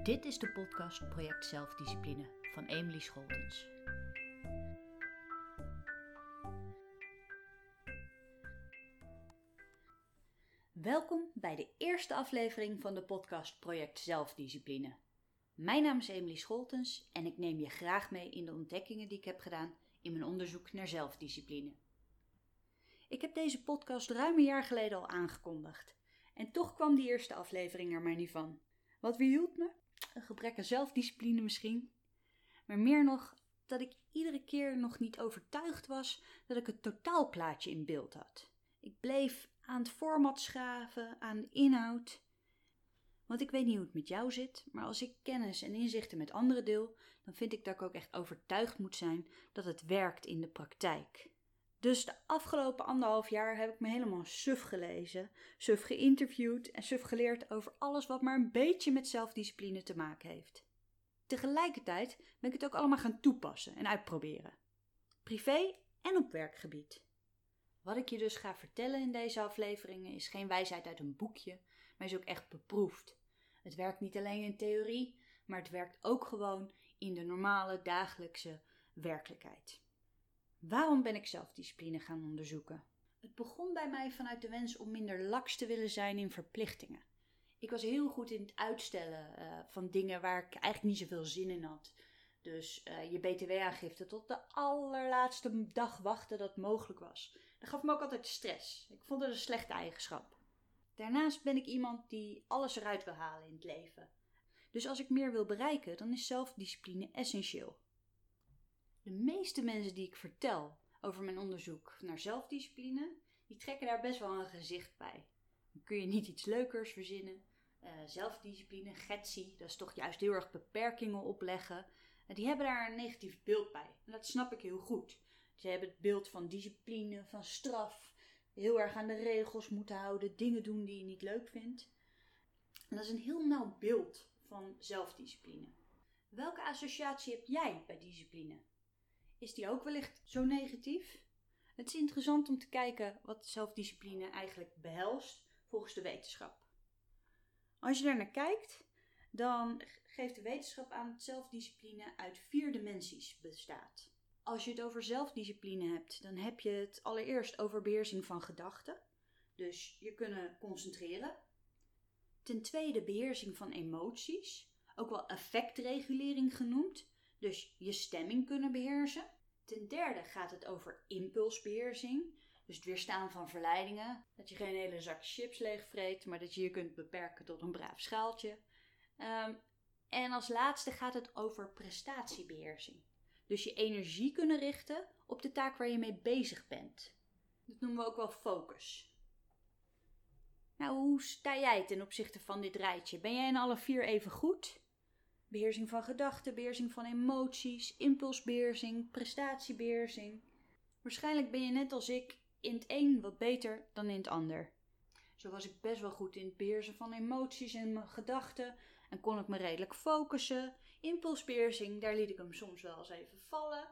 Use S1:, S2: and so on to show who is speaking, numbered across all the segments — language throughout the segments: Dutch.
S1: Dit is de podcast Project Zelfdiscipline van Emilie Scholtens. Welkom bij de eerste aflevering van de podcast Project Zelfdiscipline. Mijn naam is Emilie Scholtens en ik neem je graag mee in de ontdekkingen die ik heb gedaan in mijn onderzoek naar zelfdiscipline. Ik heb deze podcast ruim een jaar geleden al aangekondigd en toch kwam die eerste aflevering er maar niet van. Wat weerhield me? Een gebrek aan zelfdiscipline misschien. Maar meer nog dat ik iedere keer nog niet overtuigd was dat ik het totaalplaatje in beeld had. Ik bleef aan het format schaven, aan de inhoud. Want ik weet niet hoe het met jou zit, maar als ik kennis en inzichten met anderen deel, dan vind ik dat ik ook echt overtuigd moet zijn dat het werkt in de praktijk. Dus de afgelopen 1,5 jaar heb ik me helemaal suf gelezen, suf geïnterviewd en suf geleerd over alles wat maar een beetje met zelfdiscipline te maken heeft. Tegelijkertijd ben ik het ook allemaal gaan toepassen en uitproberen. Privé en op werkgebied. Wat ik je dus ga vertellen in deze afleveringen is geen wijsheid uit een boekje, maar is ook echt beproefd. Het werkt niet alleen in theorie, maar het werkt ook gewoon in de normale dagelijkse werkelijkheid. Waarom ben ik zelfdiscipline gaan onderzoeken? Het begon bij mij vanuit de wens om minder laks te willen zijn in verplichtingen. Ik was heel goed in het uitstellen van dingen waar ik eigenlijk niet zoveel zin in had. Dus je btw-aangifte tot de allerlaatste dag wachten dat mogelijk was. Dat gaf me ook altijd stress. Ik vond het een slechte eigenschap. Daarnaast ben ik iemand die alles eruit wil halen in het leven. Dus als ik meer wil bereiken, dan is zelfdiscipline essentieel. De meeste mensen die ik vertel over mijn onderzoek naar zelfdiscipline, die trekken daar best wel een gezicht bij. Dan kun je niet iets leukers verzinnen. Zelfdiscipline, getsie, dat is toch juist heel erg beperkingen opleggen. Die hebben daar een negatief beeld bij. En dat snap ik heel goed. Ze hebben het beeld van discipline, van straf, heel erg aan de regels moeten houden, dingen doen die je niet leuk vindt. En dat is een heel nauw beeld van zelfdiscipline. Welke associatie heb jij bij discipline? Is die ook wellicht zo negatief? Het is interessant om te kijken wat zelfdiscipline eigenlijk behelst volgens de wetenschap. Als je daar naar kijkt, dan geeft de wetenschap aan dat zelfdiscipline uit 4 dimensies bestaat. Als je het over zelfdiscipline hebt, dan heb je het allereerst over beheersing van gedachten. Dus je kunnen concentreren. Ten tweede beheersing van emoties, ook wel affectregulering genoemd. Dus je stemming kunnen beheersen. Ten derde gaat het over impulsbeheersing. Dus het weerstaan van verleidingen. Dat je geen hele zak chips leegvreet, maar dat je je kunt beperken tot een braaf schaaltje. En als laatste gaat het over prestatiebeheersing. Dus je energie kunnen richten op de taak waar je mee bezig bent. Dat noemen we ook wel focus. Nou, hoe sta jij ten opzichte van dit rijtje? Ben jij in alle 4 even goed? Beheersing van gedachten, beheersing van emoties, impulsbeheersing, prestatiebeheersing. Waarschijnlijk ben je net als ik in het een wat beter dan in het ander. Zo was ik best wel goed in het beheersen van emoties en mijn gedachten en kon ik me redelijk focussen. Impulsbeheersing, daar liet ik hem soms wel eens even vallen.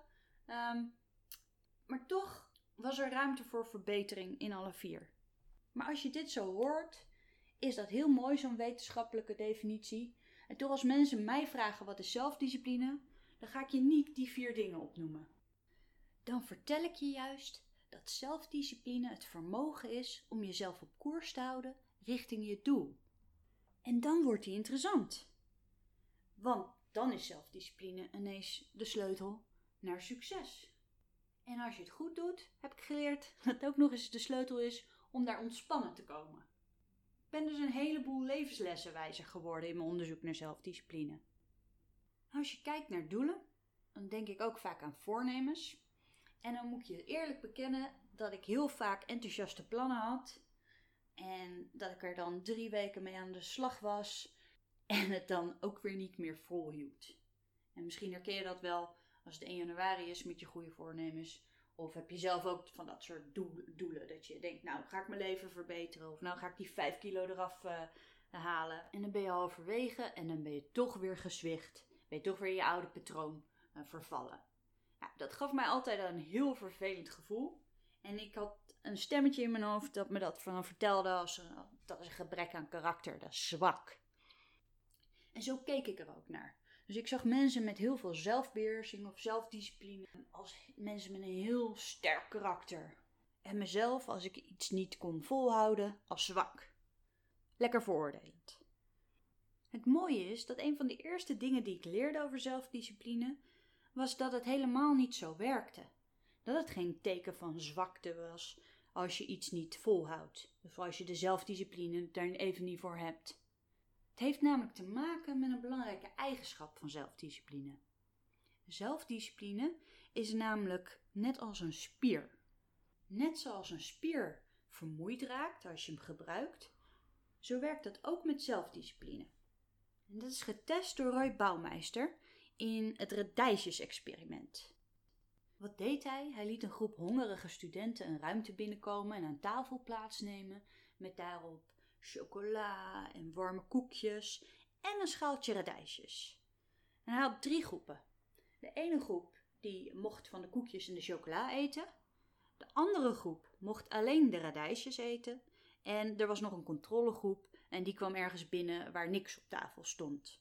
S1: Maar toch was er ruimte voor verbetering in alle 4. Maar als je dit zo hoort, is dat heel mooi, zo'n wetenschappelijke definitie. En toch als mensen mij vragen wat is zelfdiscipline, dan ga ik je niet die 4 dingen opnoemen. Dan vertel ik je juist dat zelfdiscipline het vermogen is om jezelf op koers te houden richting je doel. En dan wordt die interessant. Want dan is zelfdiscipline ineens de sleutel naar succes. En als je het goed doet, heb ik geleerd dat het ook nog eens de sleutel is om daar ontspannen te komen. Ik ben dus een heleboel levenslessen wijzer geworden in mijn onderzoek naar zelfdiscipline. Als je kijkt naar doelen, dan denk ik ook vaak aan voornemens. En dan moet ik je eerlijk bekennen dat ik heel vaak enthousiaste plannen had. En dat ik er dan 3 weken mee aan de slag was. En het dan ook weer niet meer volhield. En misschien herken je dat wel als het 1 januari is met je goede voornemens. Of heb je zelf ook van dat soort doelen. Dat je denkt, nou ga ik mijn leven verbeteren. Of nou ga ik die 5 kilo eraf halen. En dan ben je halverwege en dan ben je toch weer gezwicht. Ben je toch weer je oude patroon vervallen. Ja, dat gaf mij altijd een heel vervelend gevoel. En ik had een stemmetje in mijn hoofd dat me dat van vertelde als dat is een gebrek aan karakter, dat is zwak. En zo keek ik er ook naar. Dus ik zag mensen met heel veel zelfbeheersing of zelfdiscipline als mensen met een heel sterk karakter. En mezelf, als ik iets niet kon volhouden, als zwak. Lekker veroordelend. Het mooie is dat een van de eerste dingen die ik leerde over zelfdiscipline was dat het helemaal niet zo werkte. Dat het geen teken van zwakte was als je iets niet volhoudt. Of als je de zelfdiscipline daar even niet voor hebt. Het heeft namelijk te maken met een belangrijke eigenschap van zelfdiscipline. Zelfdiscipline is namelijk net als een spier. Net zoals een spier vermoeid raakt als je hem gebruikt, zo werkt dat ook met zelfdiscipline. En dat is getest door Roy Baumeister in het radijsjes-experiment. Wat deed hij? Hij liet een groep hongerige studenten een ruimte binnenkomen en aan tafel plaatsnemen met daarop chocola en warme koekjes en een schaaltje radijsjes. En hij had 3 groepen. De ene groep die mocht van de koekjes en de chocola eten. De andere groep mocht alleen de radijsjes eten. En er was nog een controlegroep en die kwam ergens binnen waar niks op tafel stond.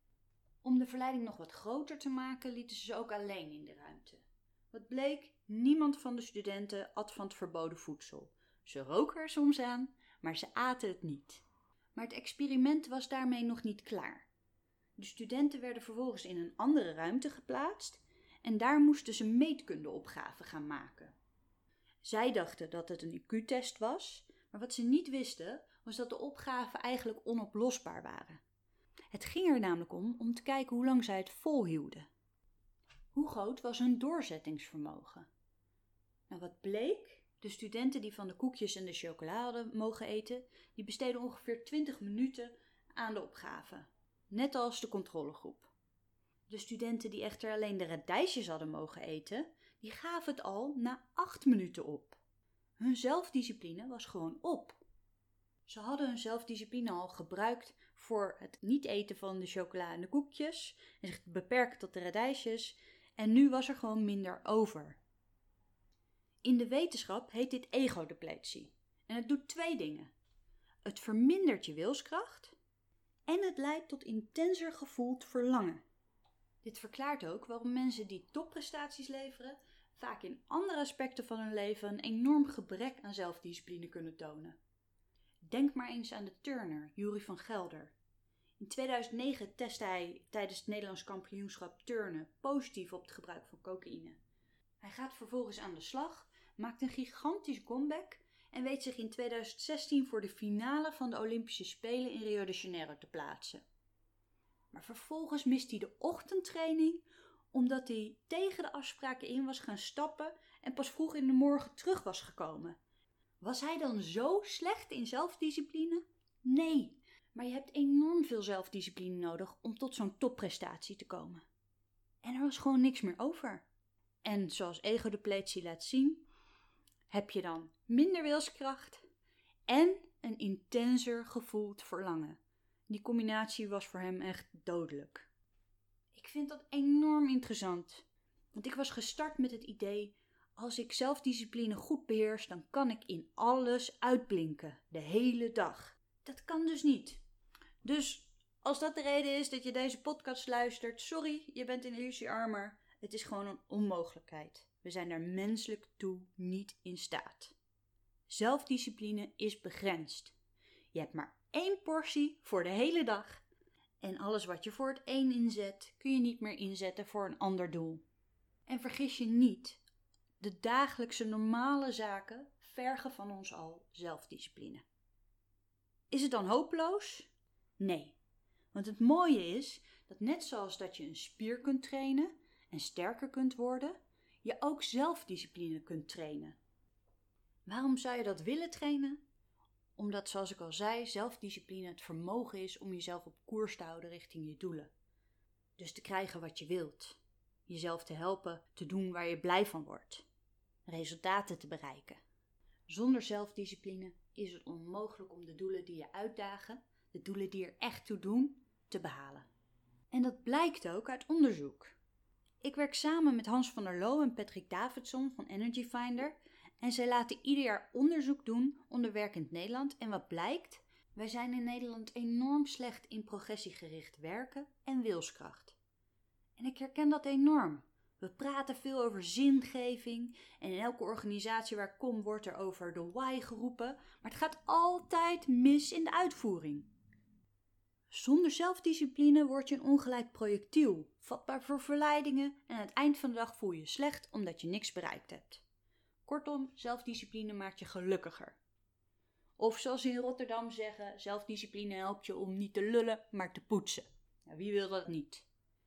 S1: Om de verleiding nog wat groter te maken lieten ze ook alleen in de ruimte. Wat bleek? Niemand van de studenten at van het verboden voedsel. Ze roken er soms aan, maar ze aten het niet. Maar het experiment was daarmee nog niet klaar. De studenten werden vervolgens in een andere ruimte geplaatst en daar moesten ze meetkundeopgaven gaan maken. Zij dachten dat het een IQ-test was, maar wat ze niet wisten was dat de opgaven eigenlijk onoplosbaar waren. Het ging er namelijk om te kijken hoe lang zij het volhielden. Hoe groot was hun doorzettingsvermogen? Nou, wat bleek? De studenten die van de koekjes en de chocola hadden mogen eten, die besteden ongeveer 20 minuten aan de opgave. Net als de controlegroep. De studenten die echter alleen de radijsjes hadden mogen eten, die gaven het al na 8 minuten op. Hun zelfdiscipline was gewoon op. Ze hadden hun zelfdiscipline al gebruikt voor het niet eten van de chocola en de koekjes en zich beperken tot de radijsjes en nu was er gewoon minder over. In de wetenschap heet dit egodepletie en het doet 2 dingen. Het vermindert je wilskracht en het leidt tot intenser gevoeld verlangen. Dit verklaart ook waarom mensen die topprestaties leveren vaak in andere aspecten van hun leven een enorm gebrek aan zelfdiscipline kunnen tonen. Denk maar eens aan de turner, Jury van Gelder. In 2009 testte hij tijdens het Nederlands kampioenschap turnen positief op het gebruik van cocaïne. Hij gaat vervolgens aan de slag, maakt een gigantische comeback en weet zich in 2016 voor de finale van de Olympische Spelen in Rio de Janeiro te plaatsen. Maar vervolgens mist hij de ochtendtraining omdat hij tegen de afspraken in was gaan stappen en pas vroeg in de morgen terug was gekomen. Was hij dan zo slecht in zelfdiscipline? Nee, maar je hebt enorm veel zelfdiscipline nodig om tot zo'n topprestatie te komen. En er was gewoon niks meer over. En zoals egodepletie laat zien, heb je dan minder wilskracht en een intenser gevoeld verlangen. Die combinatie was voor hem echt dodelijk. Ik vind dat enorm interessant, want ik was gestart met het idee, als ik zelfdiscipline goed beheers, dan kan ik in alles uitblinken, de hele dag. Dat kan dus niet. Dus als dat de reden is dat je deze podcast luistert, sorry, je bent een illusiearmer. Het is gewoon een onmogelijkheid. We zijn daar menselijk toe niet in staat. Zelfdiscipline is begrensd. Je hebt maar 1 portie voor de hele dag. En alles wat je voor het een inzet, kun je niet meer inzetten voor een ander doel. En vergis je niet, de dagelijkse normale zaken vergen van ons al zelfdiscipline. Is het dan hopeloos? Nee. Want het mooie is dat net zoals dat je een spier kunt trainen en sterker kunt worden, je ook zelfdiscipline kunt trainen. Waarom zou je dat willen trainen? Omdat, zoals ik al zei, zelfdiscipline het vermogen is om jezelf op koers te houden richting je doelen. Dus te krijgen wat je wilt. Jezelf te helpen te doen waar je blij van wordt. Resultaten te bereiken. Zonder zelfdiscipline is het onmogelijk om de doelen die je uitdagen, de doelen die er echt toe doen, te behalen. En dat blijkt ook uit onderzoek. Ik werk samen met Hans van der Loo en Patrick Davidson van Energy Finder en zij laten ieder jaar onderzoek doen onder werkend Nederland en wat blijkt? Wij zijn in Nederland enorm slecht in progressiegericht werken en wilskracht. En ik herken dat enorm. We praten veel over zingeving en in elke organisatie waar ik kom wordt er over de why geroepen, maar het gaat altijd mis in de uitvoering. Zonder zelfdiscipline word je een ongeleid projectiel, vatbaar voor verleidingen en aan het eind van de dag voel je je slecht omdat je niks bereikt hebt. Kortom, zelfdiscipline maakt je gelukkiger. Of zoals ze in Rotterdam zeggen, zelfdiscipline helpt je om niet te lullen, maar te poetsen. Nou, wie wil dat niet?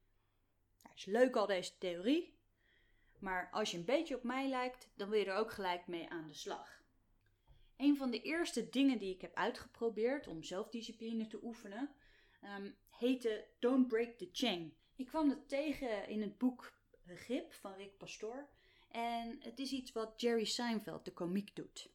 S1: Nou, is leuk al deze theorie, maar als je een beetje op mij lijkt, dan wil je er ook gelijk mee aan de slag. Een van de eerste dingen die ik heb uitgeprobeerd om zelfdiscipline te oefenen, heette Don't Break the Chain. Ik kwam het tegen in het boek Grip van Rick Pastoor en het is iets wat Jerry Seinfeld, de komiek, doet.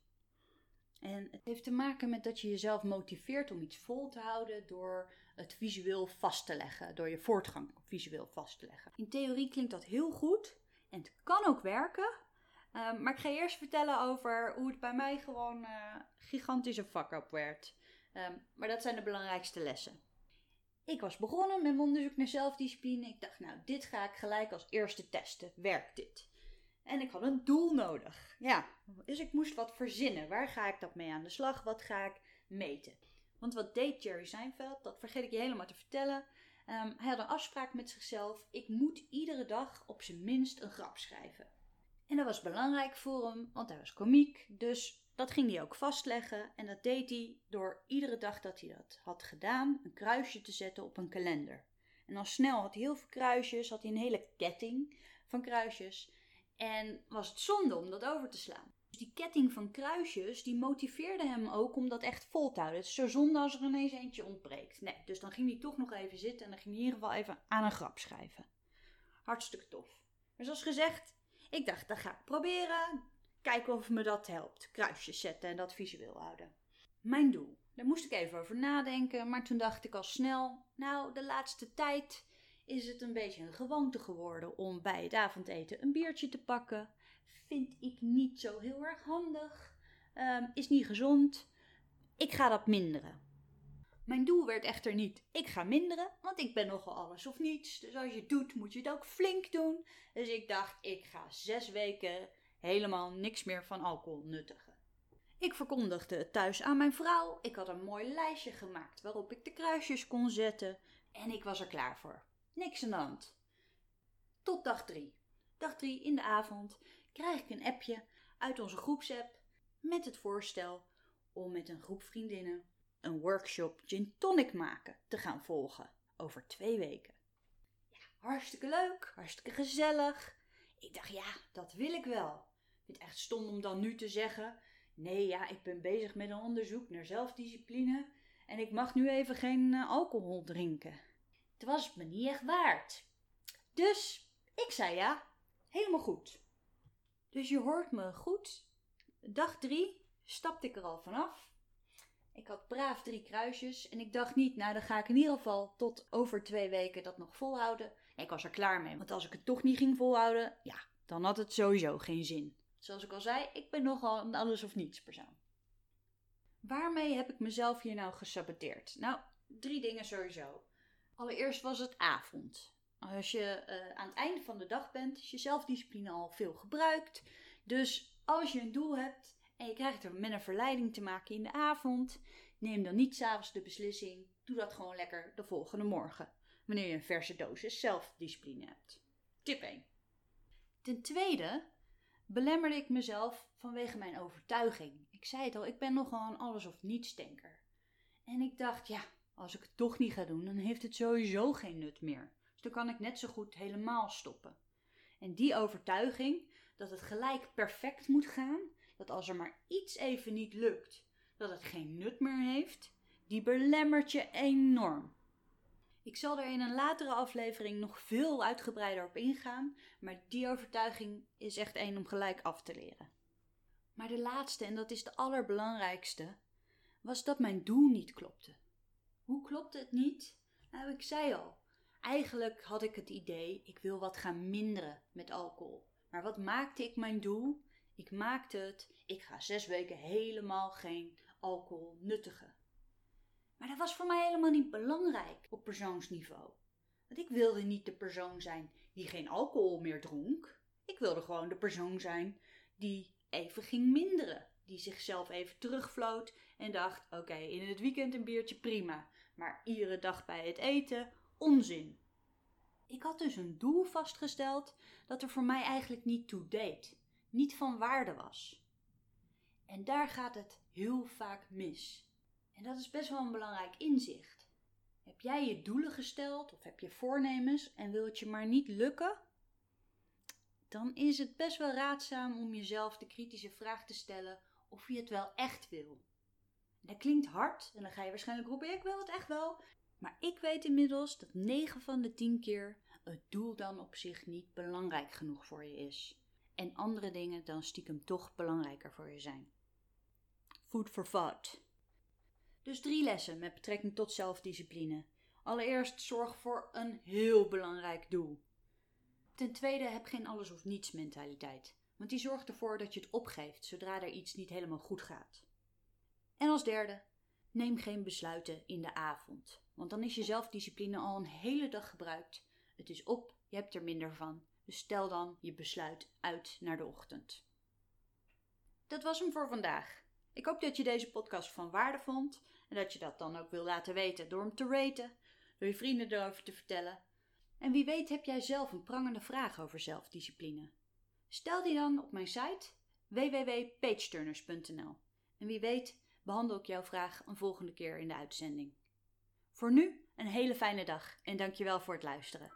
S1: En het heeft te maken met dat je jezelf motiveert om iets vol te houden door het visueel vast te leggen, door je voortgang visueel vast te leggen. In theorie klinkt dat heel goed en het kan ook werken, maar ik ga je eerst vertellen over hoe het bij mij gewoon gigantische fuck-up werd. Maar dat zijn de belangrijkste lessen. Ik was begonnen met mijn onderzoek naar zelfdiscipline. Ik dacht, nou, dit ga ik gelijk als eerste testen. Werkt dit? En ik had een doel nodig. Ja, dus ik moest wat verzinnen. Waar ga ik dat mee aan de slag? Wat ga ik meten? Want wat deed Jerry Seinfeld? Dat vergeet ik je helemaal te vertellen. Hij had een afspraak met zichzelf. Ik moet iedere dag op zijn minst een grap schrijven. En dat was belangrijk voor hem, want hij was komiek. Dus dat ging hij ook vastleggen. En dat deed hij door iedere dag dat hij dat had gedaan, een kruisje te zetten op een kalender. En al snel had hij heel veel kruisjes, had hij een hele ketting van kruisjes. En was het zonde om dat over te slaan. Dus die ketting van kruisjes, die motiveerde hem ook om dat echt vol te houden. Het is zo zonde als er ineens eentje ontbreekt. Nee, dus dan ging hij toch nog even zitten en dan ging hij in ieder geval even aan een grap schrijven. Hartstikke tof. Dus zoals gezegd, ik dacht, dat ga ik proberen. Kijken of me dat helpt. Kruisjes zetten en dat visueel houden. Mijn doel. Daar moest ik even over nadenken, maar toen dacht ik al snel, nou, de laatste tijd is het een beetje een gewoonte geworden om bij het avondeten een biertje te pakken. Vind ik niet zo heel erg handig. Is niet gezond. Ik ga dat minderen. Mijn doel werd echter niet, ik ga minderen, want ik ben nogal alles of niets. Dus als je het doet, moet je het ook flink doen. Dus ik dacht, ik ga 6 weken helemaal niks meer van alcohol nuttigen. Ik verkondigde het thuis aan mijn vrouw. Ik had een mooi lijstje gemaakt waarop ik de kruisjes kon zetten. En ik was er klaar voor. Niks aan de hand. Tot dag 3. Dag 3 in de avond krijg ik een appje uit onze groepsapp met het voorstel om met een groep vriendinnen een workshop gin tonic maken te gaan volgen over 2 weken. Ja, hartstikke leuk, hartstikke gezellig. Ik dacht, ja, dat wil ik wel. Ik vind het echt stom om dan nu te zeggen, nee, ja, ik ben bezig met een onderzoek naar zelfdiscipline en ik mag nu even geen alcohol drinken. Het was het me niet echt waard. Dus ik zei ja, helemaal goed. Dus je hoort me goed. Dag 3 stapte ik er al vanaf. Ik had braaf 3 kruisjes en ik dacht niet, nou dan ga ik in ieder geval tot over 2 weken dat nog volhouden. Nee, ik was er klaar mee, want als ik het toch niet ging volhouden, ja, dan had het sowieso geen zin. Zoals ik al zei, ik ben nogal een alles of niets persoon. Waarmee heb ik mezelf hier nou gesaboteerd? Nou, 3 dingen sowieso. Allereerst was het avond. Als je aan het einde van de dag bent, is je zelfdiscipline al veel gebruikt. Dus als je een doel hebt en je krijgt er met een verleiding te maken in de avond, neem dan niet 's avonds de beslissing. Doe dat gewoon lekker de volgende morgen, wanneer je een verse dosis zelfdiscipline hebt. Tip 1. Ten tweede belemmerde ik mezelf vanwege mijn overtuiging. Ik zei het al, ik ben nogal een alles of niets denker. En ik dacht, ja, als ik het toch niet ga doen, dan heeft het sowieso geen nut meer. Dus dan kan ik net zo goed helemaal stoppen. En die overtuiging dat het gelijk perfect moet gaan, dat als er maar iets even niet lukt, dat het geen nut meer heeft, die belemmert je enorm. Ik zal er in een latere aflevering nog veel uitgebreider op ingaan, maar die overtuiging is echt één om gelijk af te leren. Maar de laatste, en dat is de allerbelangrijkste, was dat mijn doel niet klopte. Hoe klopte het niet? Nou, ik zei al, eigenlijk had ik het idee, ik wil wat gaan minderen met alcohol. Maar wat maakte ik mijn doel? Ik maakte het, ik ga 6 weken helemaal geen alcohol nuttigen. Maar dat was voor mij helemaal niet belangrijk op persoonsniveau. Want ik wilde niet de persoon zijn die geen alcohol meer dronk. Ik wilde gewoon de persoon zijn die even ging minderen. Die zichzelf even terugvloot en dacht, oké, in het weekend een biertje prima. Maar iedere dag bij het eten, onzin. Ik had dus een doel vastgesteld dat er voor mij eigenlijk niet toe deed. Niet van waarde was. En daar gaat het heel vaak mis. En dat is best wel een belangrijk inzicht. Heb jij je doelen gesteld of heb je voornemens en wil het je maar niet lukken? Dan is het best wel raadzaam om jezelf de kritische vraag te stellen of je het wel echt wil. Dat klinkt hard en dan ga je waarschijnlijk roepen, ik wil het echt wel. Maar ik weet inmiddels dat 9 van de 10 keer het doel dan op zich niet belangrijk genoeg voor je is. En andere dingen dan stiekem toch belangrijker voor je zijn. Food for thought. Dus 3 lessen met betrekking tot zelfdiscipline. Allereerst zorg voor een heel belangrijk doel. Ten tweede heb geen alles of niets mentaliteit. Want die zorgt ervoor dat je het opgeeft zodra er iets niet helemaal goed gaat. En als derde, neem geen besluiten in de avond. Want dan is je zelfdiscipline al een hele dag gebruikt. Het is op, je hebt er minder van. Dus stel dan je besluit uit naar de ochtend. Dat was hem voor vandaag. Ik hoop dat je deze podcast van waarde vond. En dat je dat dan ook wil laten weten door hem te raten. Door je vrienden erover te vertellen. En wie weet heb jij zelf een prangende vraag over zelfdiscipline. Stel die dan op mijn site www.pageturners.nl. En wie weet behandel ik jouw vraag een volgende keer in de uitzending. Voor nu een hele fijne dag en dankjewel voor het luisteren.